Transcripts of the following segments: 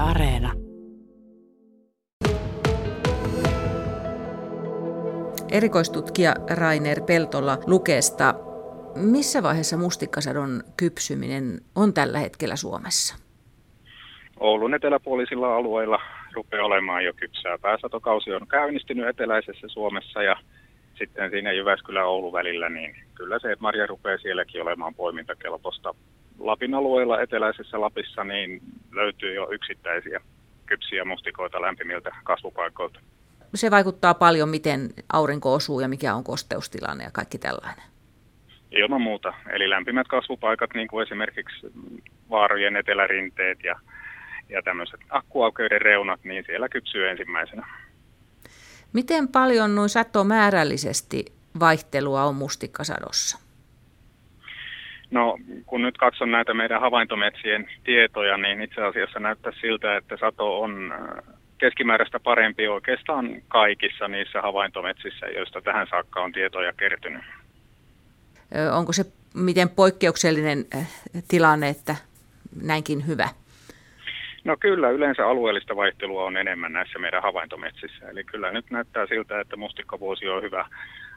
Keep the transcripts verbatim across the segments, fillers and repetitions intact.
Areena. Erikoistutkija Rainer Peltola Lukesta. Missä vaiheessa mustikkasadon kypsyminen on tällä hetkellä Suomessa? Oulun eteläpuolisilla alueilla rupeaa olemaan jo kypsää. Pääsatokausi on käynnistynyt eteläisessä Suomessa ja sitten siinä Jyväskylä-Oulu välillä, niin kyllä se, että marja rupeaa sielläkin olemaan poimintakelpoista. Lapin alueella, eteläisessä Lapissa, niin löytyy jo yksittäisiä kypsiä mustikoita lämpimiltä kasvupaikoilta. Se vaikuttaa paljon, miten aurinko osuu ja mikä on kosteustilanne ja kaikki tällainen. Ilman muuta. Eli lämpimät kasvupaikat, niin kuin esimerkiksi vaarojen etelärinteet ja, ja tämmöiset akkuaukeuden reunat, niin siellä kypsyy ensimmäisenä. Miten paljon noin satomäärällisesti vaihtelua on mustikkasadossa? No, kun nyt katson näitä meidän havaintometsien tietoja, niin itse asiassa näyttää siltä, että sato on keskimääräistä parempi oikeastaan kaikissa niissä havaintometsissä, joista tähän saakka on tietoja kertynyt. Onko se miten poikkeuksellinen tilanne, että näinkin hyvä? No kyllä, yleensä alueellista vaihtelua on enemmän näissä meidän havaintometsissä. Eli kyllä nyt näyttää siltä, että mustikkavuosi on hyvä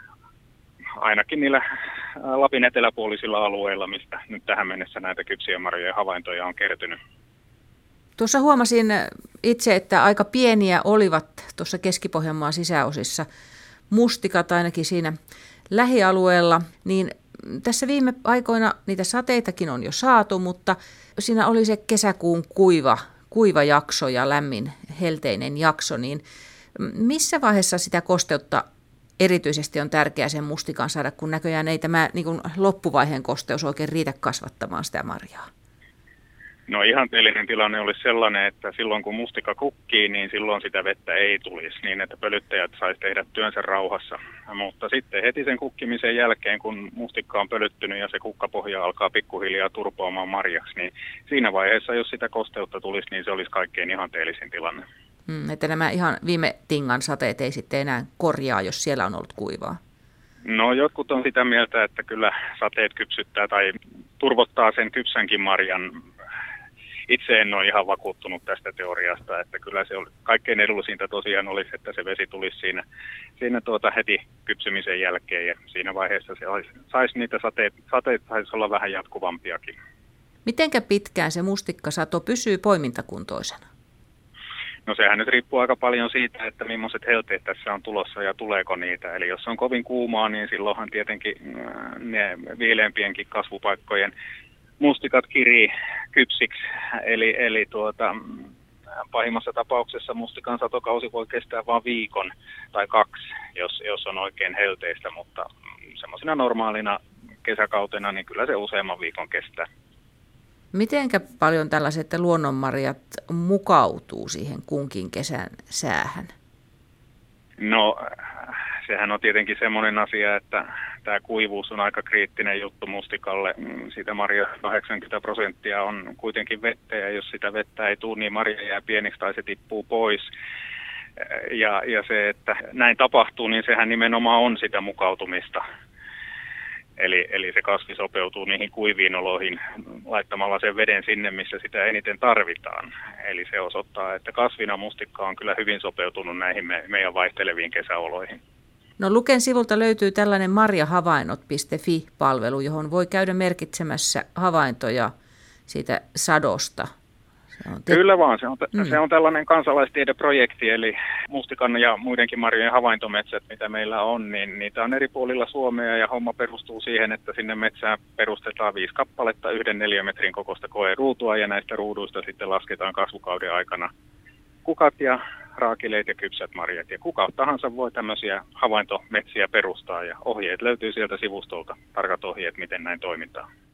ainakin niillä Lapin eteläpuolisilla alueilla, mistä nyt tähän mennessä näitä kypsiä marjojen havaintoja on kertynyt. Tuossa huomasin itse, että aika pieniä olivat tuossa Keski-Pohjanmaan sisäosissa mustikat ainakin siinä lähialueella, niin tässä viime aikoina niitä sateitakin on jo saatu, mutta siinä oli se kesäkuun kuiva, kuiva jakso ja lämmin helteinen jakso, niin missä vaiheessa sitä kosteutta erityisesti on tärkeää sen mustikan saada, kun näköjään ei tämä niin kuin loppuvaiheen kosteus oikein riitä kasvattamaan sitä marjaa? No ihanteellinen tilanne olisi sellainen, että silloin kun mustika kukkii, niin silloin sitä vettä ei tulisi niin, että pölyttäjät saisi tehdä työnsä rauhassa. Mutta sitten heti sen kukkimisen jälkeen, kun mustikka on pölyttynyt ja se kukkapohja alkaa pikkuhiljaa turpoamaan marjaksi, niin siinä vaiheessa, jos sitä kosteutta tulisi, niin se olisi kaikkein ihanteellisin tilanne. Hmm, että nämä ihan viime tingan sateet ei sitten enää korjaa, jos siellä on ollut kuivaa? No jotkut on sitä mieltä, että kyllä sateet kypsyttää tai turvottaa sen kypsänkin marjan. Itse en ole ihan vakuuttunut tästä teoriasta, että kyllä se oli, kaikkein edullisinta tosiaan olisi, että se vesi tulisi siinä, siinä tuota heti kypsymisen jälkeen ja siinä vaiheessa se olisi, saisi niitä sateet, sateet saisi olla vähän jatkuvampiakin. Mitenkä pitkään se mustikkasato pysyy poimintakuntoisena? No sehän nyt riippuu aika paljon siitä, että millaiset helteet tässä on tulossa ja tuleeko niitä. Eli jos on kovin kuumaa, niin silloinhan tietenkin ne viileämpienkin kasvupaikkojen mustikat kirii kypsiksi, eli, eli tuota, pahimmassa tapauksessa mustikan satokausi voi kestää vain viikon tai kaksi, jos, jos on oikein helteistä, mutta semmoisena normaalina kesäkautena niin kyllä se useamman viikon kestää. Mitenkä paljon tällaiset luonnonmarjat mukautuu siihen kunkin kesän säähän? No sehän on tietenkin semmoinen asia, että tämä kuivuus on aika kriittinen juttu mustikalle. Siitä marja kahdeksankymmentä prosenttia on kuitenkin vettä ja jos sitä vettä ei tule, niin marja jää pieniksi tai se tippuu pois. Ja, ja se, että näin tapahtuu, niin sehän nimenomaan on sitä mukautumista. Eli, eli se kasvi sopeutuu niihin kuiviin oloihin laittamalla sen veden sinne, missä sitä eniten tarvitaan. Eli se osoittaa, että kasvina mustikka on kyllä hyvin sopeutunut näihin me, meidän vaihteleviin kesäoloihin. No Luken sivulta löytyy tällainen marjahavainnot piste fi-palvelu, johon voi käydä merkitsemässä havaintoja siitä sadosta. Se on te- Kyllä vaan, se on, t- mm. se on tällainen kansalaistiedeprojekti, eli mustikan ja muidenkin marjojen havaintometsät, mitä meillä on, niin niitä on eri puolilla Suomea ja homma perustuu siihen, että sinne metsään perustetaan viisi kappaletta yhden neliömetrin kokoista koeruutua ja näistä ruuduista sitten lasketaan kasvukauden aikana kukat ja raakileet ja kypsät marjat. Ja kuka tahansa voi tämmöisiä havaintometsiä perustaa ja ohjeet löytyy sieltä sivustolta, tarkat ohjeet, miten näin toimitaan.